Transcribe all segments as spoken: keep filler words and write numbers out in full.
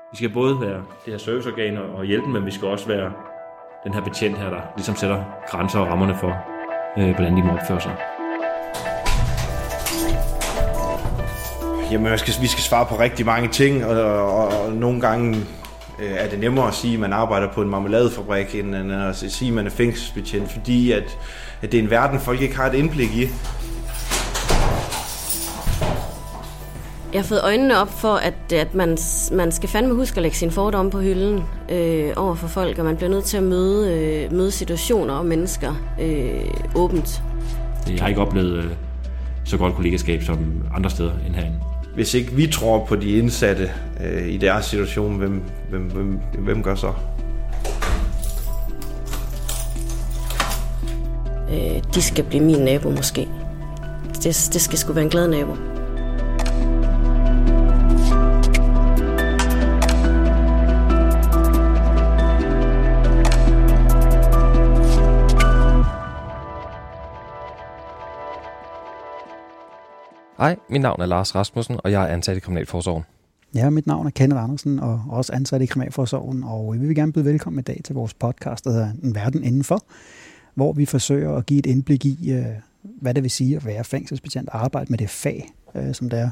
Vi skal både være det her serviceorgan og hjælpe, men vi skal også være den her betjent her, der ligesom sætter grænser og rammerne for, øh, hvordan de må opføre sig. Jamen, vi skal, vi skal svare på rigtig mange ting, og, og, og nogle gange øh, er det nemmere at sige, at man arbejder på en marmeladefabrik, end at sige, at man er fængselsbetjent, fordi at, at det er en verden, folk ikke har et indblik i. Jeg har fået øjnene op for, at, at man, man skal fandme huske at lægge sine fordomme på hylden øh, over for folk, og man bliver nødt til at møde, øh, møde situationer og mennesker øh, åbent. Jeg har ikke oplevet øh, så godt kollegaskab som andre steder end herinde. Hvis ikke vi tror på de indsatte øh, i deres situation, hvem, hvem, hvem, hvem gør så? Øh, de skal blive min nabo måske. Det, det skal sgu være en glad nabo. Hej, mit navn er Lars Rasmussen, og jeg er ansat i Kriminalforsorgen. Ja, mit navn er Kenneth Andersen, og også ansat i Kriminalforsorgen, og vi vil gerne byde velkommen i dag til vores podcast, der hedder En Verden Indenfor, hvor vi forsøger at give et indblik i, hvad det vil sige at være fængselsbetjent og arbejde med det fag, som det er.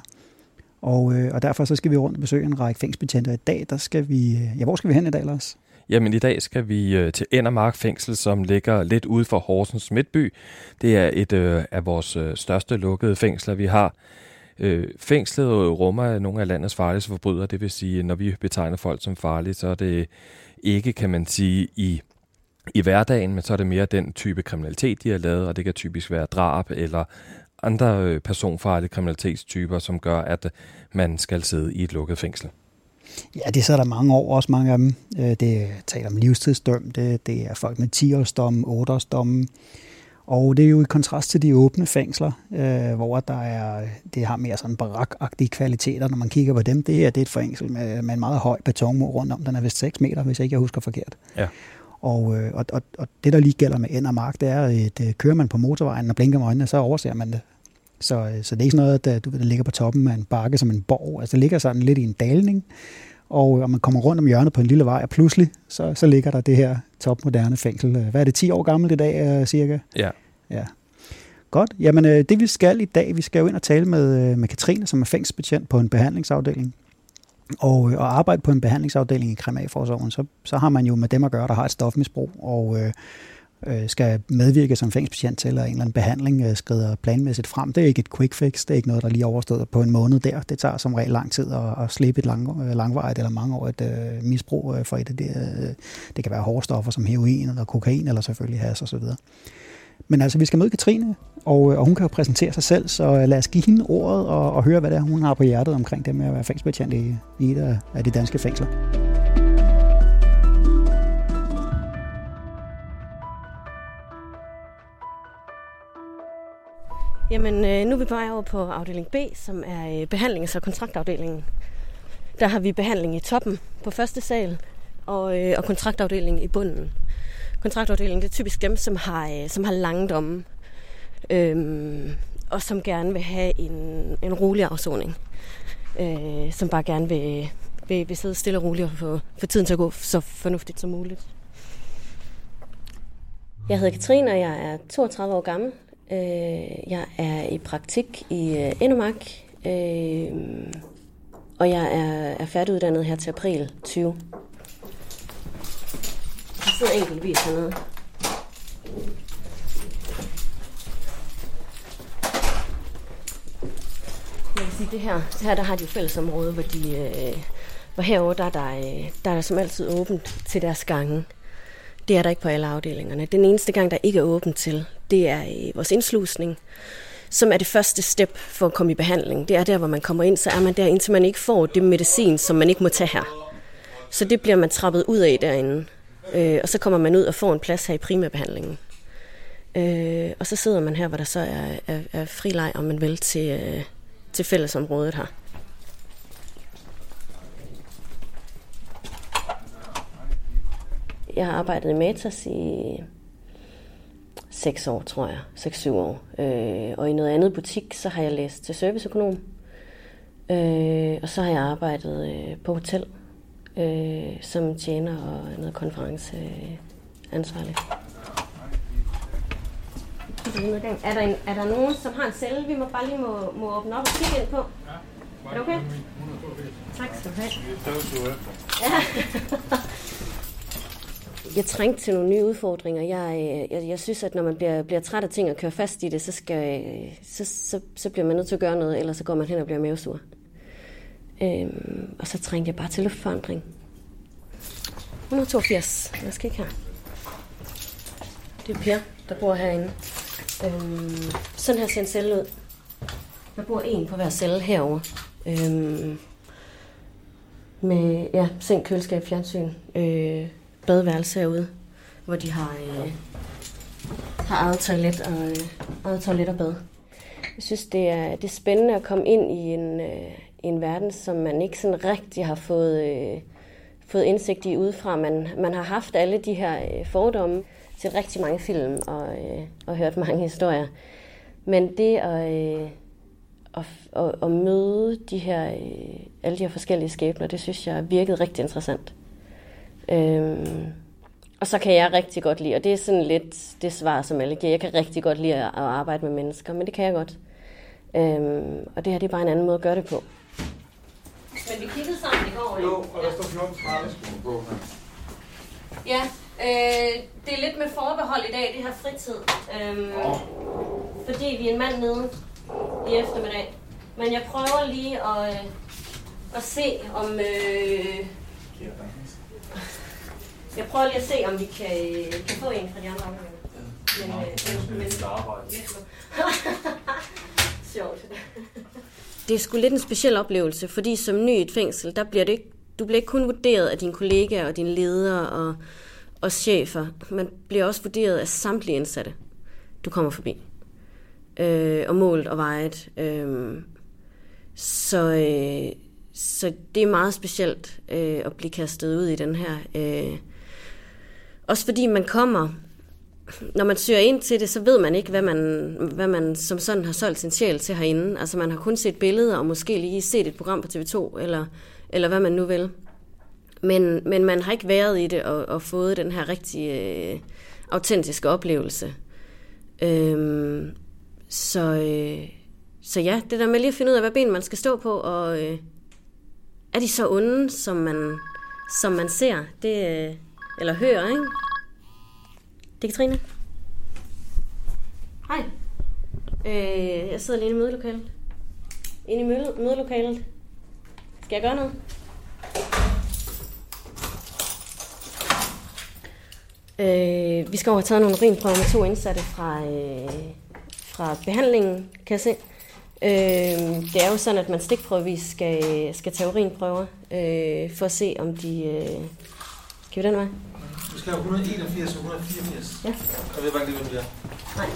Og, og derfor så skal vi rundt og besøge en række fængselsbetjenter i dag. Der skal vi, ja, hvor skal vi hen i dag, Lars? Jamen i dag skal vi til Endermark Fængsel, som ligger lidt ude for Horsens Midtby. Det er et øh, af vores øh, største lukkede fængsler, vi har. Øh, fængslet rummer nogle af landets farligste forbrydere, det vil sige, når vi betegner folk som farlige, så er det ikke, kan man sige, i, i hverdagen, men så er det mere den type kriminalitet, de har lavet, og det kan typisk være drab eller andre øh, personfarlige kriminalitetstyper, som gør, at man skal sidde i et lukket fængsel. Ja, det er der mange år, også mange af dem. Det taler om livstidsdømte, det er folk med ti-årsdomme, otte-årsdomme. Og det er jo i kontrast til de åbne fængsler, hvor der er, det har mere sådan barakagtige kvaliteter, når man kigger på dem. Det her det er et fængsel med, med en meget høj betonmur rundt om. Den er vist seks meter, hvis jeg ikke husker forkert. Ja. Og, og, og, og det, der lige gælder med Endermark, det er, at kører man på motorvejen og blinker med øjnene, så overser man det. Så, så det er ikke sådan noget, der, du ved, der ligger på toppen af en bakke som en borg. Altså det ligger sådan lidt i en dalning, og, og man kommer rundt om hjørnet på en lille vej, og pludselig så, så ligger der det her topmoderne fængsel. Hvad er det, ti år gammelt i dag cirka? Ja. Ja. Godt. Jamen det vi skal i dag, vi skal jo ind og tale med, med Katrine, som er fængselsbetjent på en behandlingsafdeling. Og, og arbejde på en behandlingsafdeling i Kriminalforsorgen, så, så har man jo med dem at gøre, der har et stofmisbrug, og øh, skal medvirke som fængselsbetjent til, at en eller anden behandling skrider planmæssigt frem. Det er ikke et quick fix, det er ikke noget, der lige overstået på en måned der. Det tager som regel lang tid at, at slippe et lang, langvarigt eller mangeårigt øh, misbrug for et af det. Øh, det kan være hårde stoffer som heroin eller kokain, eller selvfølgelig hash og så videre. Men altså, vi skal møde Katrine, og, og hun kan jo præsentere sig selv, så lad os give hende ordet og, og høre, hvad det er, hun har på hjertet omkring det med at være fængselsbetjent i, i et af, af de danske fængsler. Jamen, øh, nu er vi på vej over på afdeling B, som er øh, behandlings- og kontraktafdelingen. Der har vi behandling i toppen på første sal, og, øh, og kontraktafdelingen i bunden. Kontraktafdelingen, det er typisk dem, som har, øh, som har lange domme, øh, og som gerne vil have en, en rolig afsoning. Øh, som bare gerne vil, vil, vil sidde stille og roligt og få, få tiden til at gå så fornuftigt som muligt. Jeg hedder Katrine, og jeg er toogtredive år gammel. Jeg er i praktik i Endermark, og jeg er, er færdiguddannet her til april tyve. Jeg sidder enkeltvis hernede. Jeg kan sige, det her, det her der har de jo fællesområde, hvor de, hvor herovre der er der, der er der som altid åbent til deres gange. Det er der ikke på alle afdelingerne. Den eneste gang, der ikke er åbent til, det er i vores indslusning, som er det første step for at komme i behandling. Det er der, hvor man kommer ind, så er man der, indtil man ikke får det medicin, som man ikke må tage her. Så det bliver man trappet ud af derinde. Øh, og så kommer man ud og får en plads her i primærbehandlingen. Øh, og så sidder man her, hvor der så er, er, er fri leg, om man vil, til, øh, til fællesområdet her. Jeg har arbejdet i Matas i seks år, tror jeg. seks syv år. Øh, og i noget andet butik, så har jeg læst til serviceøkonom. Øh, og så har jeg arbejdet øh, på hotel øh, som tjener og noget konferenceansvarlig. Er der, en, er der nogen, som har en celle, vi må bare lige må, må åbne op og kigge ind på? Er det okay? Tak skal du have. Ja. Jeg trængte til nogle nye udfordringer. Jeg, jeg, jeg synes, at når man bliver, bliver træt af ting og kører fast i det, så, skal, så, så, så bliver man nødt til at gøre noget, ellers så går man hen og bliver mavesur. Øhm, og så trængte jeg bare til luftforandring. et hundrede og toogfirs. Jeg skal ikke her. Det er Per, der bor herinde. Øhm, sådan her ser en celle ud. Der bor en på hver celle herovre. Øhm, med ja, seng, køleskab, fjernsyn, øh, badeværelse herude, hvor de har, øh, har eget toilet og øh, eget toilet og bad. Jeg synes, det er, det er spændende at komme ind i en, øh, en verden, som man ikke sådan rigtig har fået, øh, fået indsigt i udefra. Man, man har haft alle de her øh, fordomme til rigtig mange film og, øh, og hørt mange historier. Men det at, øh, at, at, at møde de her, øh, alle de her forskellige skæbner, det synes jeg virkede rigtig interessant. Øhm, og så kan jeg rigtig godt lide, og det er sådan lidt det svar, som alle giver. Jeg kan rigtig godt lide at arbejde med mennesker, men det kan jeg godt. Øhm, og det her, det er bare en anden måde at gøre det på. Men vi kiggede sammen i går, ikke? Jo, og der står fjorten tredive på her. Ja, øh, det er lidt med forbehold i dag, det her fritid. Øhm, oh. Fordi vi er en mand nede i eftermiddag. Men jeg prøver lige at, øh, at se, om... Øh, jeg prøver lige at se, om vi kan, kan få en fra de andre afdelinger. Men, øh, men, men, sjovt. Det er sgu lidt en speciel oplevelse, fordi som ny i et fængsel, der bliver det ikke, du bliver ikke kun vurderet af dine kollegaer og dine ledere og, og chefer. Man bliver også vurderet af samtlige indsatte, du kommer forbi. Øh, og målt og vejet. Øh, så, øh, så det er meget specielt øh, at blive kastet ud i den her. Øh, også fordi man kommer... Når man søger ind til det, så ved man ikke, hvad man, hvad man som sådan har solgt sin sjæl til herinde. Altså man har kun set billeder og måske lige set et program på T V to, eller, eller hvad man nu vil. Men, men man har ikke været i det og, og fået den her rigtig øh, autentiske oplevelse. Øhm, så, øh, så ja, det der med lige at finde ud af, hvad ben man skal stå på, og øh, er de så onde, som man, som man ser, det, øh, eller hører, ikke? Det er Katrine. Hej. Øh, jeg sidder lige i mødelokalet. Inde i møde, mødelokalet. Skal jeg gøre noget? Øh, vi skal over have taget nogle urinprøver med to indsatte fra, øh, fra behandlingen, kan jeg se. Øh, det er jo sådan, at man stikprøvevis skal, skal tage urinprøver, øh, for at se, om de... Øh, kan vi den vej? Du skal have et hundrede og enogfirs og et hundrede og fireogfirs. Ja. Jeg ved bare ikke, hvad det er. Nej,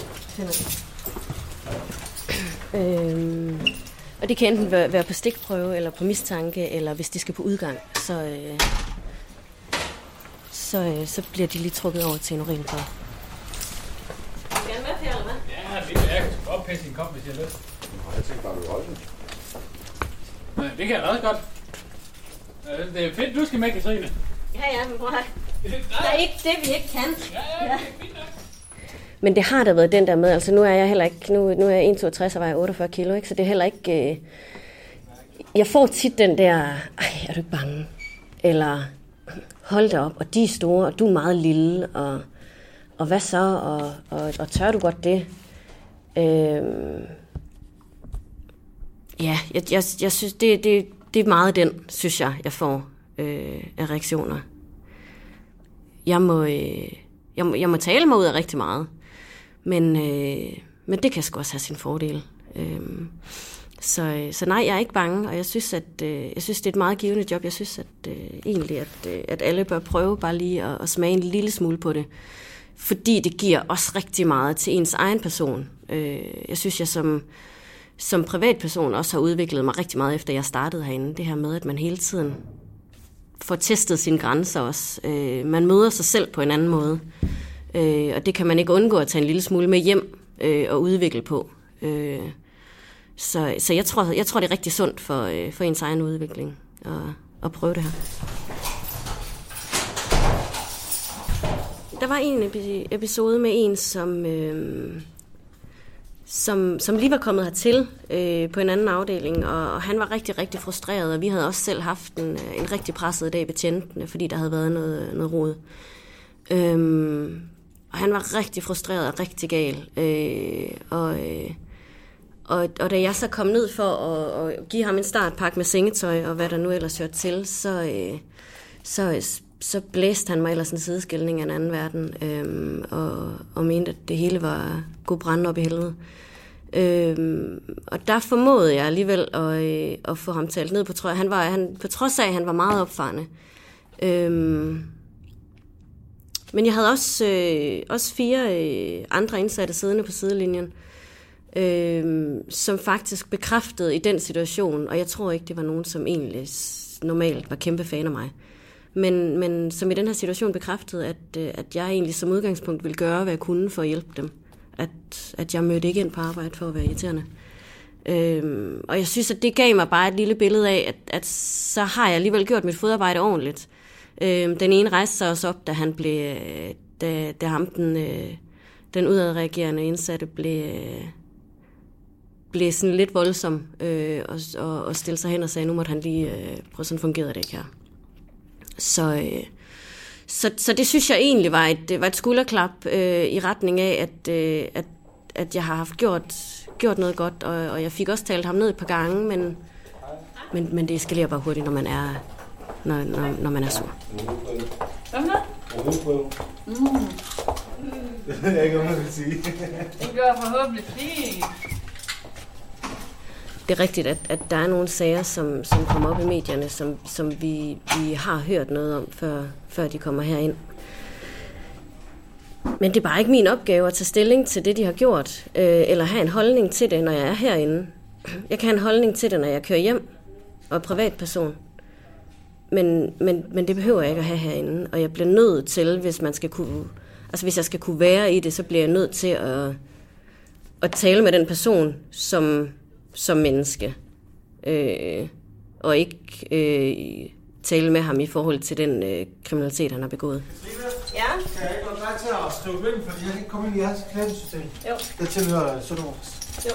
det er øhm, Og det kan enten være, være på stikprøve, eller på mistanke, eller hvis de skal på udgang, så, øh, så, øh, så bliver de lige trukket over til en urinprøve. Skal du gerne med, Per, eller hvad? Ja, det er jeg. Jeg kan godt pisse i en kop, hvis jeg har lyst. Jeg tænker bare, du vil holde den. Nej, det kan jeg da også godt. Det er fedt, du skal med, Katrine. Ja, ja, men prøv at... Der er ikke det, vi ikke kan. Ja, ja, det er fint nok. Men det har da været den der med, altså nu er jeg heller ikke, nu, nu er jeg en komma toogtres og vejer otteogfyrre kilo, ikke? Så det er heller ikke, øh, jeg får tit den der, ej, er du ikke bange? Eller, hold da op, og de er store, og du er meget lille, og, og hvad så, og, og, og tør du godt det? Øh, ja, jeg, jeg, jeg synes, det, det, det er meget den, synes jeg, jeg får øh, af reaktioner. Jeg må, øh, jeg, må, jeg må tale mig ud af rigtig meget, men, øh, men det kan sgu også have sin fordel. Øh, så, så nej, jeg er ikke bange, og jeg synes, at øh, jeg synes, det er et meget givende job. Jeg synes at, øh, egentlig, at, øh, at alle bør prøve bare lige at, at smage en lille smule på det, fordi det giver også rigtig meget til ens egen person. Øh, jeg synes, jeg som, som privatperson også har udviklet mig rigtig meget, efter jeg startede herinde. Det her med, at man hele tiden får testet sine grænser også. Øh, man møder sig selv på en anden måde, øh, og det kan man ikke undgå at tage en lille smule med hjem øh, og udvikle på. Øh, så så jeg, tror, jeg tror, det er rigtig sundt for, øh, for ens egen udvikling at, at prøve det her. der var en episode med en, som, øh, som, som lige var kommet hertil øh, på en anden afdeling, og, og han var rigtig, rigtig frustreret, og vi havde også selv haft en, en rigtig presset dag i betjentene, fordi der havde været noget, noget rod. Øh, og han var rigtig frustreret og rigtig gal. Øh, og, øh, og, og da jeg så kom ned for at, at give ham en startpakke med sengetøj, og hvad der nu ellers hørte til, så... Øh, så så blæste han mig ellers en sideskilning af en anden verden, øhm, og, og mente, at det hele var god brænde op i helvede. Øhm, og der formåede jeg alligevel at, øh, at få ham talt ned på, tror jeg. Han var, han, på trods af, at han var meget opfarende. Øhm, men jeg havde også, øh, også fire øh, andre indsatte siddende på sidelinjen, øh, som faktisk bekræftede i den situation, og jeg tror ikke, det var nogen, som egentlig normalt var kæmpe fan af mig. Men, men som i den her situation bekræftede, at, at jeg egentlig som udgangspunkt ville gøre, hvad jeg kunne for at hjælpe dem. At, at jeg mødte ikke ind på arbejde for at være irriterende. Øhm, og jeg synes, at det gav mig bare et lille billede af, at, at så har jeg alligevel gjort mit fodarbejde ordentligt. Øhm, den ene rejste sig også op, da han blev, da, da ham, den, den udadreagerende indsatte, blev, blev sådan lidt voldsom øh, og, og, og stillede sig hen og sagde, nu måtte han lige øh, prøve, sådan fungerede det ikke her. Så, øh, så, så det synes jeg egentlig var et, var et skulderklap øh, i retning af, at, øh, at, at jeg har haft gjort, gjort noget godt, og, og jeg fik også talt ham ned et par gange, men, men, men det eskalerer bare hurtigt, når man er, når, når, når man er sur. Hvad med det? Mm. Det ved jeg ikke, om jeg vil sige. Det gør forhåbentlig fint. Det er rigtigt, at, at der er nogle sager, som, som kommer op i medierne, som, som vi, vi har hørt noget om, før, før de kommer herind. Men det er bare ikke min opgave at tage stilling til det, de har gjort, øh, eller have en holdning til det, når jeg er herinde. Jeg kan have en holdning til det, når jeg kører hjem og er privatperson. Men, men, men det behøver jeg ikke at have herinde, og jeg bliver nødt til, hvis man skal kunne, altså hvis jeg skal kunne være i det, så bliver jeg nødt til at, at tale med den person, som som menneske, øh, og ikke øh, tale med ham i forhold til den øh, kriminalitet, han har begået. Ja? Kan jeg ikke godt dig til at skrive ind, fordi jeg kan ikke komme ind i jeres klassesystem? Jo. Det tilhører Sønderborgs. Jo.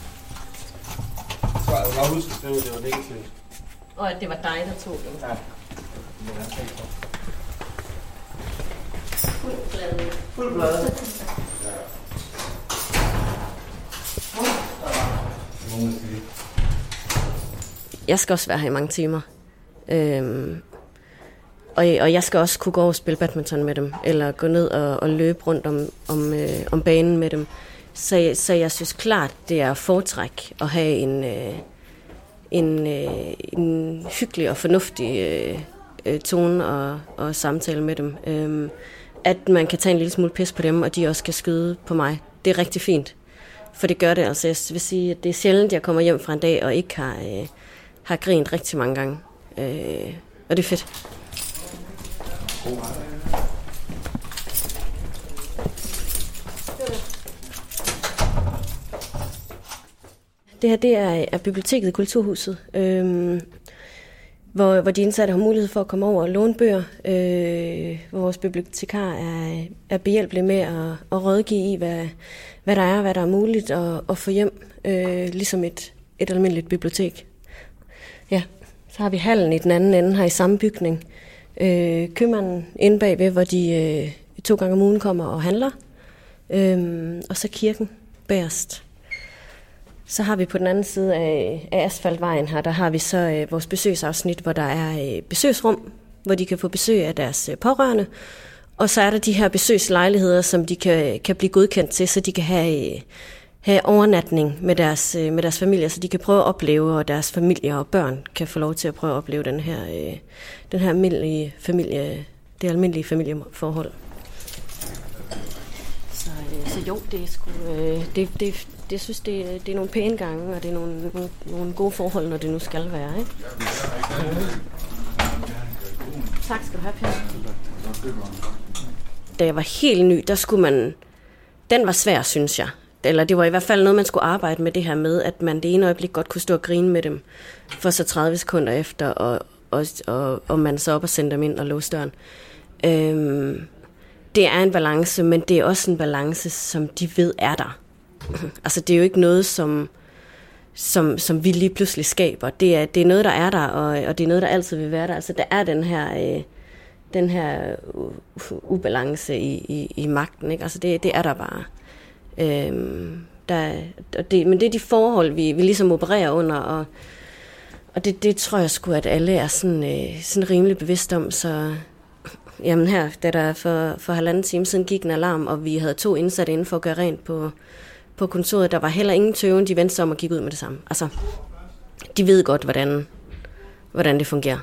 Så jeg bare huske at skrive, at det var negativt. Og at det var dig, der tog den. Ja. Det var jeg ikke for. Fuld blade. Fuld blade. Jeg skal også være her i mange timer. Øhm, og, og jeg skal også kunne gå og spille badminton med dem, eller gå ned og, og løbe rundt om, om, øh, om banen med dem. Så, så jeg synes klart, det er foretræk at have en, øh, en, øh, en hyggelig og fornuftig øh, øh, tone og, og samtale med dem. Øhm, at man kan tage en lille smule pis på dem, og de også kan skyde på mig. Det er rigtig fint. For det gør det altså. Jeg vil sige, at det er sjældent, jeg kommer hjem fra en dag og ikke har, øh, har grint rigtig mange gange. Øh, og det er fedt. Det her, det er, er biblioteket i Kulturhuset, øh, hvor, hvor de indsatte har mulighed for at komme over og låne bøger. Øh, hvor vores bibliotekar er, er behjælpelig med at, at rådgive i, hvad, hvad der er, hvad der er muligt at, at få hjem, øh, ligesom et, et almindeligt bibliotek. Ja, så har vi hallen i den anden ende her i samme bygning. Øh, købmanden inde bagved, hvor de øh, to gange om ugen kommer og handler. Øh, og så kirken bagerst. Så har vi på den anden side af, af asfaltvejen her, der har vi så øh, vores besøgsafsnit, hvor der er øh, besøgsrum, hvor de kan få besøg af deres øh, pårørende. Og så er der de her besøgslejligheder, som de kan, kan blive godkendt til, så de kan have, øh, have overnatning med deres, øh, med deres familie, så de kan prøve at opleve, og deres familier og børn kan få lov til at prøve at opleve den her, øh, den her almindelige familie, det almindelige familieforhold. Så, øh, så jo, det er sgu, øh, det, det, det synes det, det er nogle pæne gange, og det er nogle, nogle, nogle gode forhold, når det nu skal være, ikke? Ja. Tak skal du have, Per. Da jeg var helt ny, der skulle man... Den var svær, synes jeg. Eller det var i hvert fald noget, man skulle arbejde med det her med, at man det ene øjeblik godt kunne stå og grine med dem, for så tredive sekunder efter, og, og, og, og man så op og sendte dem ind og låste døren. Øhm, det er en balance, men det er også en balance, som de ved er der. Altså, det er jo ikke noget, som, som, som vi lige pludselig skaber. Det er, det er noget, der er der, og, og det er noget, der altid vil være der. Altså, der er den her, øh, den her u- ubalance i, i, i magten, ikke? Altså, det, det er der bare. Øhm, der, og det, men det er de forhold, vi, vi ligesom opererer under, og, og det, det tror jeg sgu, at alle er sådan, øh, sådan rimelig bevidst om, så... Jamen her, da der for, for halvanden time siden gik en alarm, og vi havde to indsatte inden for at gøre rent på, på kontoret, der var heller ingen tøven, de vendte sig om og gik ud med det samme. Altså, de ved godt, hvordan, hvordan det fungerer.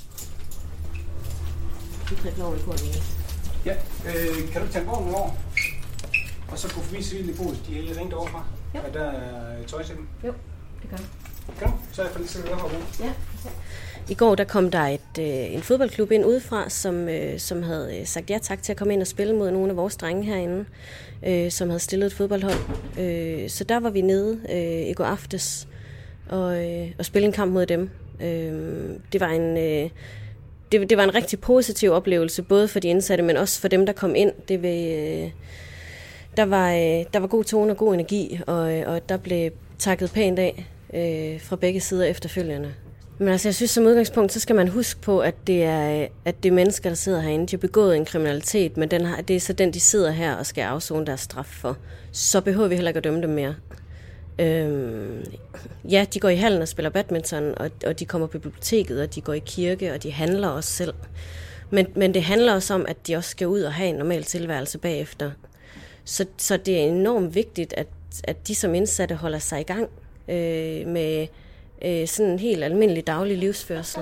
Ja, øh, kan du tage vognen over? Og så gå forbi civilniveauet, de er ringt overfra. Ja. Er der tøj til dem? Jo, det gør jeg. Godt, så er jeg for lige siddet herovre. Ja. I går der kom der et, øh, en fodboldklub ind udefra, som, øh, som havde sagt ja tak til at komme ind og spille mod nogle af vores drenge herinde, øh, som havde stillet et fodboldhold. Øh, så der var vi nede øh, i går aftes og, øh, og spille en kamp mod dem. Øh, det var en... Øh, det, det var en rigtig positiv oplevelse, både for de indsatte, men også for dem, der kom ind. Det vil, øh, der, var, øh, der var god tone og god energi, og, og der blev takket pænt af øh, fra begge sider efterfølgende. Men altså, jeg synes som udgangspunkt, så skal man huske på, at det er, at det er mennesker, der sidder herinde. De har begået en kriminalitet, men den har, det er så den, de sidder her og skal afzone deres straf for. Så behøver vi heller ikke at dømme dem mere. Øhm, ja, de går i hallen og spiller badminton, og, og de kommer på biblioteket, og de går i kirke, og de handler også selv. Men, men det handler også om, at de også skal ud og have en normal tilværelse bagefter. Så, så det er enormt vigtigt, at, at de som indsatte holder sig i gang øh, med... Øh, sådan en helt almindelig daglig livsførsel.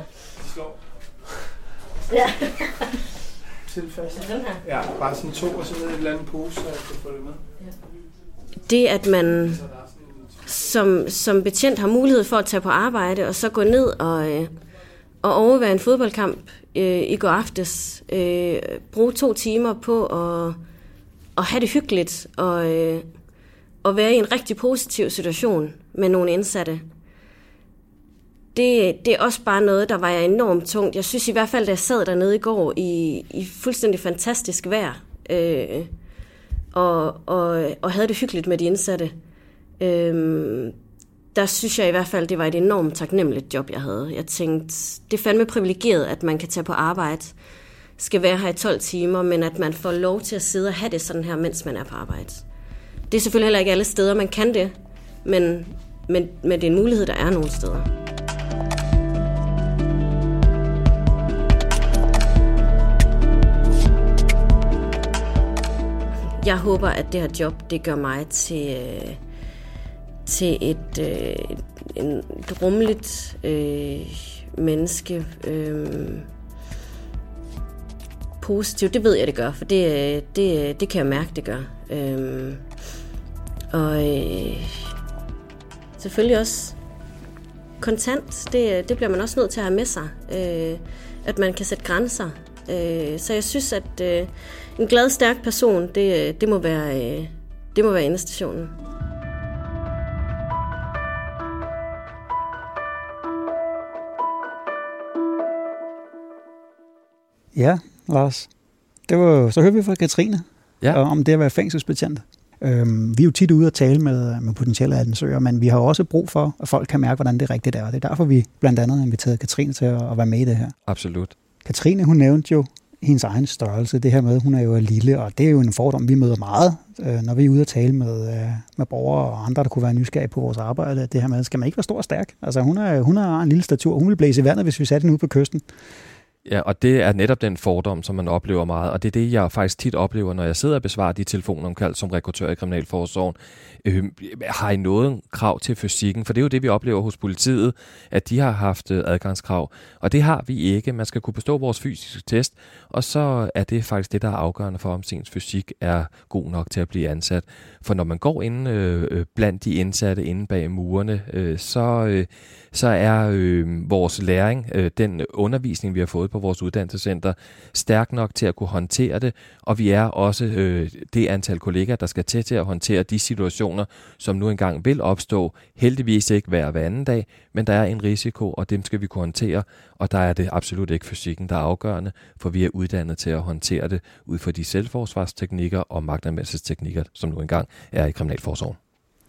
Ja. Til fast. Ja, bare sådan to og så ned i et eller andet pose, så jeg kan få det med. Det, at man som, som betjent har mulighed for at tage på arbejde, og så gå ned og, øh, og overvære en fodboldkamp øh, i går aftes, øh, bruge to timer på at, at have det hyggeligt, og, øh, og være i en rigtig positiv situation med nogle indsatte. Det, det er også bare noget, der var enormt tungt. Jeg synes i hvert fald, da jeg sad dernede i går i, i fuldstændig fantastisk vejr, øh, og, og, og havde det hyggeligt med de indsatte, øh, der synes jeg i hvert fald, det var et enormt taknemmeligt job, jeg havde. Jeg tænkte, det er fandme privilegeret, at man kan tage på arbejde, skal være her i tolv timer, men at man får lov til at sidde og have det sådan her, mens man er på arbejde. Det er selvfølgelig heller ikke alle steder, man kan det, men, men, men det er en mulighed, der er nogle steder. Jeg håber, at det her job, det gør mig til, øh, til et, øh, en, et rummeligt øh, menneske. Øh, positivt, det ved jeg, det gør, for det, det, det kan jeg mærke, det gør. Øh, og øh, selvfølgelig også kontant, det, det bliver man også nødt til at have med sig. Øh, at man kan sætte grænser. Øh, så jeg synes, at øh, en glad, stærk person, det, det må være, øh, det må være endestationen. Ja, Lars. Det var, så hørte vi fra Katrine ja. om det at være fængselsbetjent. Øhm, vi er jo tit ude at tale med, med potentielle ansøgere, men vi har også brug for, at folk kan mærke, hvordan det rigtigt er. Og det er derfor, vi blandt andet har inviteret Katrine til at, at være med i det her. Absolut. Katrine, hun nævnte jo hendes egen størrelse, det her med, hun er jo lille, og det er jo en fordom, vi møder meget, øh, når vi er ude at tale med, øh, med borgere og andre, der kunne være nysgerrige på vores arbejde. Det her med, skal man ikke være stor og stærk? Altså, hun, er, hun har en lille statur, hun vil blæse i vandet, hvis vi satte hende ude på kysten. Ja, og det er netop den fordom, som man oplever meget, og det er det, jeg faktisk tit oplever, når jeg sidder og besvarer de telefonomkald som rekruttør i Kriminalforsorgen. Øh, har I noget krav til fysikken? For det er jo det, vi oplever hos politiet, at de har haft adgangskrav, og det har vi ikke. Man skal kunne bestå vores fysiske test, og så er det faktisk det, der er afgørende for, om ens fysik er god nok til at blive ansat. For når man går inde øh, blandt de indsatte inde bag murene, øh, så, øh, så er øh, vores læring, øh, den undervisning, vi har fået på på vores uddannelsescenter stærk nok til at kunne håndtere det, og vi er også øh, det antal kollegaer, der skal til til at håndtere de situationer, som nu engang vil opstå. Heldigvis ikke hver hver anden dag, men der er en risiko, og dem skal vi kunne håndtere, og der er det absolut ikke fysikken, der er afgørende, for vi er uddannet til at håndtere det ud fra de selvforsvarsteknikker og magtanvendelsesteknikker, som nu engang er i kriminalforsorgen.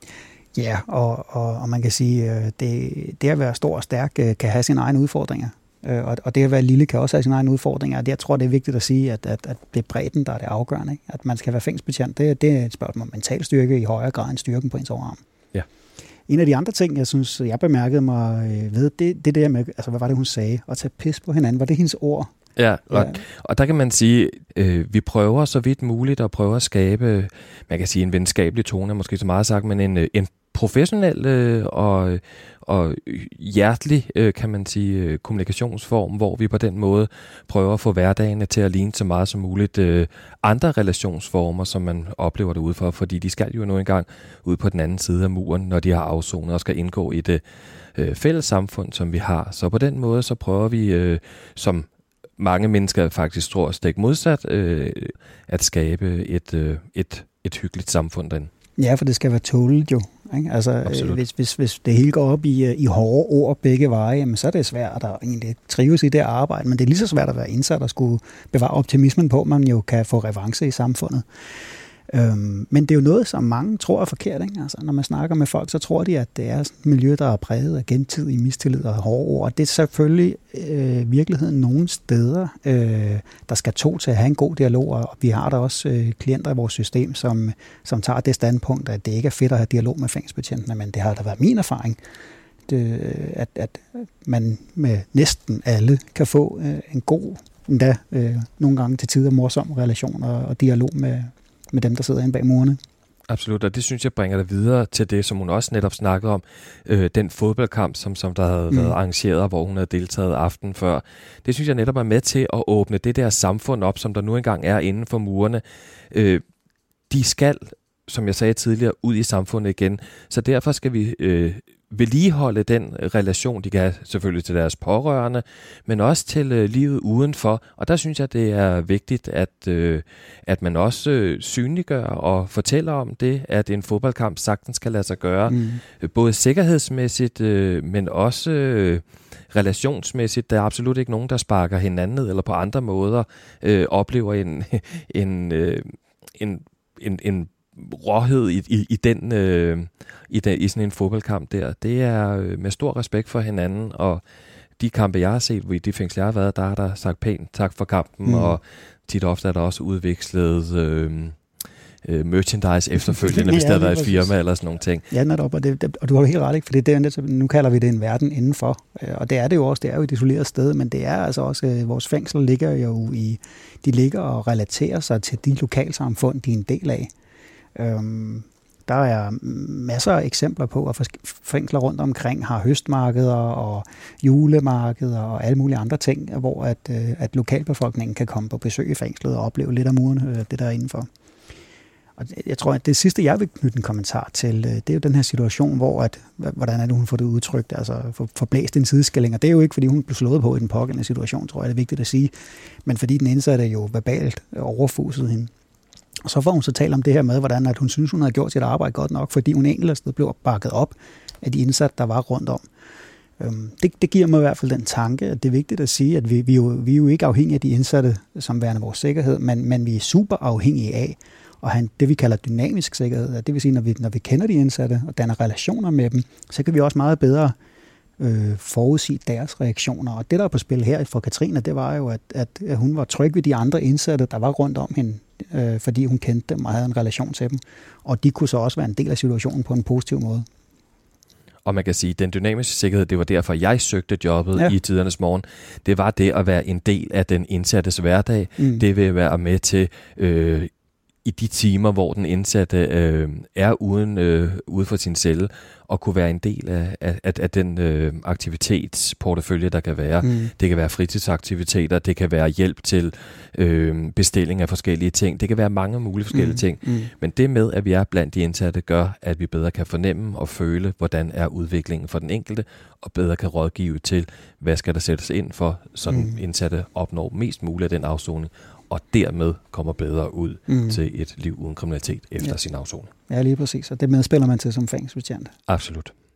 Ja, og, og, og man kan sige, at det, det at være stor og stærk kan have sine egne udfordringer. Og, og det at være lille kan også have sine egne udfordringer. Jeg tror, det er vigtigt at sige, at, at, at det er bredden, der er det afgørende. Ikke? At man skal være fængselsbetjent, det, det er et spørgsmål om mental styrke i højere grad end styrken på ens overarm. Ja. En af de andre ting, jeg synes, jeg bemærkede mig ved, det, det der med, altså hvad var det, hun sagde? At tage pis på hinanden. Var det hendes ord? Ja, og, ja. og der kan man sige, øh, vi prøver så vidt muligt at prøve at skabe, man kan sige en venskabelig tone, måske så meget sagt, men en, en professionel øh, og, og hjertelig, øh, kan man sige, kommunikationsform, hvor vi på den måde prøver at få hverdagene til at ligne så meget som muligt øh, andre relationsformer, som man oplever derude for, fordi de skal jo nu engang ud på den anden side af muren, når de har afsonet og skal indgå i det øh, fælles samfund, som vi har. Så på den måde, så prøver vi øh, som mange mennesker faktisk tror stik modsat, øh, at skabe et, øh, et, et hyggeligt samfund derinde. Ja, for det skal være tåligt jo. Ikke? Altså, hvis, hvis, hvis det hele går op i, i hårde ord begge veje, jamen, så er det svært at egentlig trives i det arbejde, men det er lige så svært at være indsat og skulle bevare optimismen på, at man jo kan få revanche i samfundet. Øhm, men det er jo noget, som mange tror er forkert. Ikke? Altså, når man snakker med folk, så tror de, at det er et miljø, der er præget af gensidig mistillid og hårde ord. Og det er selvfølgelig øh, virkeligheden nogle steder, øh, der skal to til at have en god dialog. Og vi har der også øh, klienter i vores system, som, som tager det standpunkt, at det ikke er fedt at have dialog med fængselsbetjentene, men det har da været min erfaring, det, at, at man med næsten alle kan få øh, en god, endda øh, nogle gange til tider morsom relation og, og dialog med med dem, der sidder inde bag murene. Absolut, og det synes jeg bringer dig videre til det, som hun også netop snakkede om, øh, den fodboldkamp, som, som der havde mm. været arrangeret, hvor hun havde deltaget aften før. Det synes jeg netop er med til at åbne det der samfund op, som der nu engang er inden for murene. Øh, de skal, som jeg sagde tidligere, ud i samfundet igen, så derfor skal vi øh, vedligeholde den relation, de kan have selvfølgelig til deres pårørende, men også til øh, livet udenfor. Og der synes jeg, det er vigtigt, at, øh, at man også øh, synliggør og fortæller om det, at en fodboldkamp sagtens kan lade sig gøre, mm. både sikkerhedsmæssigt, øh, men også øh, relationsmæssigt. Der er absolut ikke nogen, der sparker hinanden ned, eller på andre måder øh, oplever en, en, øh, en, en, en råhed i, i, i den øh, i, den, i sådan en fodboldkamp der. Det er øh, med stor respekt for hinanden, og de kampe, jeg har set, hvor i de fængsler, jeg har været, der har der sagt pænt tak for kampen, mm. og tit ofte er der også udvekslet øh, øh, merchandise efterfølgende, hvis ja, der har været et firma eller sådan nogle ting. Ja, netop, og, det, det, og du har jo helt ret, ikke? For det er netop, nu kalder vi det en verden indenfor, og det er det jo også, det er jo et isoleret sted, men det er altså også, øh, vores fængsler ligger jo i, de ligger og relaterer sig til de lokalsamfund, de er en del af. Øhm, der er masser af eksempler på, at fængsler rundt omkring har høstmarkeder og julemarkeder og alle mulige andre ting, hvor at, at lokalbefolkningen kan komme på besøg i fængslet og opleve lidt af murene, det der er indenfor. Og jeg tror, at det sidste, jeg vil knytte en kommentar til, det er jo den her situation, hvor at, hvordan er det, hun får det udtrykt, altså for, for blæst en sideskilling. Og det er jo ikke, fordi hun blev slået på i den pågældende situation, tror jeg, det er vigtigt at sige, men fordi den indsatte jo verbalt overfuset hende. Og så får hun så talt om det her med, hvordan at hun synes, hun havde gjort sit arbejde godt nok, fordi hun enkelt sted blev bakket op af de indsatte, der var rundt om. Øhm, det, det giver mig i hvert fald den tanke, at det er vigtigt at sige, at vi, vi, jo, vi er jo ikke afhængige af de indsatte, som værende vores sikkerhed, men, men vi er super afhængige af at have det, vi kalder dynamisk sikkerhed. Det vil sige, når vi, når vi kender de indsatte og danner relationer med dem, så kan vi også meget bedre øh, forudsige deres reaktioner. Og det, der er på spil her for Katrine, det var jo, at, at, at hun var tryg ved de andre indsatte, der var rundt om hende, øh, fordi hun kendte dem og havde en relation til dem. Og de kunne så også være en del af situationen på en positiv måde. Og man kan sige, at den dynamiske sikkerhed, det var derfor, jeg søgte jobbet ja. i Tidernes Morgen. Det var det at være en del af den indsattes hverdag. Mm. Det vil være med til øh, i de timer, hvor den indsatte øh, er uden øh, ude for sin celle, og kunne være en del af, af, af den øh, aktivitetsportefølje, der kan være. Mm. Det kan være fritidsaktiviteter, det kan være hjælp til øh, bestilling af forskellige ting, det kan være mange mulige forskellige mm. ting. Mm. Men det med, at vi er blandt de indsatte, gør, at vi bedre kan fornemme og føle, hvordan er udviklingen for den enkelte, og bedre kan rådgive til, hvad skal der sættes ind for, så den mm. indsatte opnår mest muligt af den afsoning, og dermed kommer bedre ud mm. til et liv uden kriminalitet efter ja. sin afsoning. Ja, lige præcis. Og det medspiller man til som fængselsbetjent. Absolut.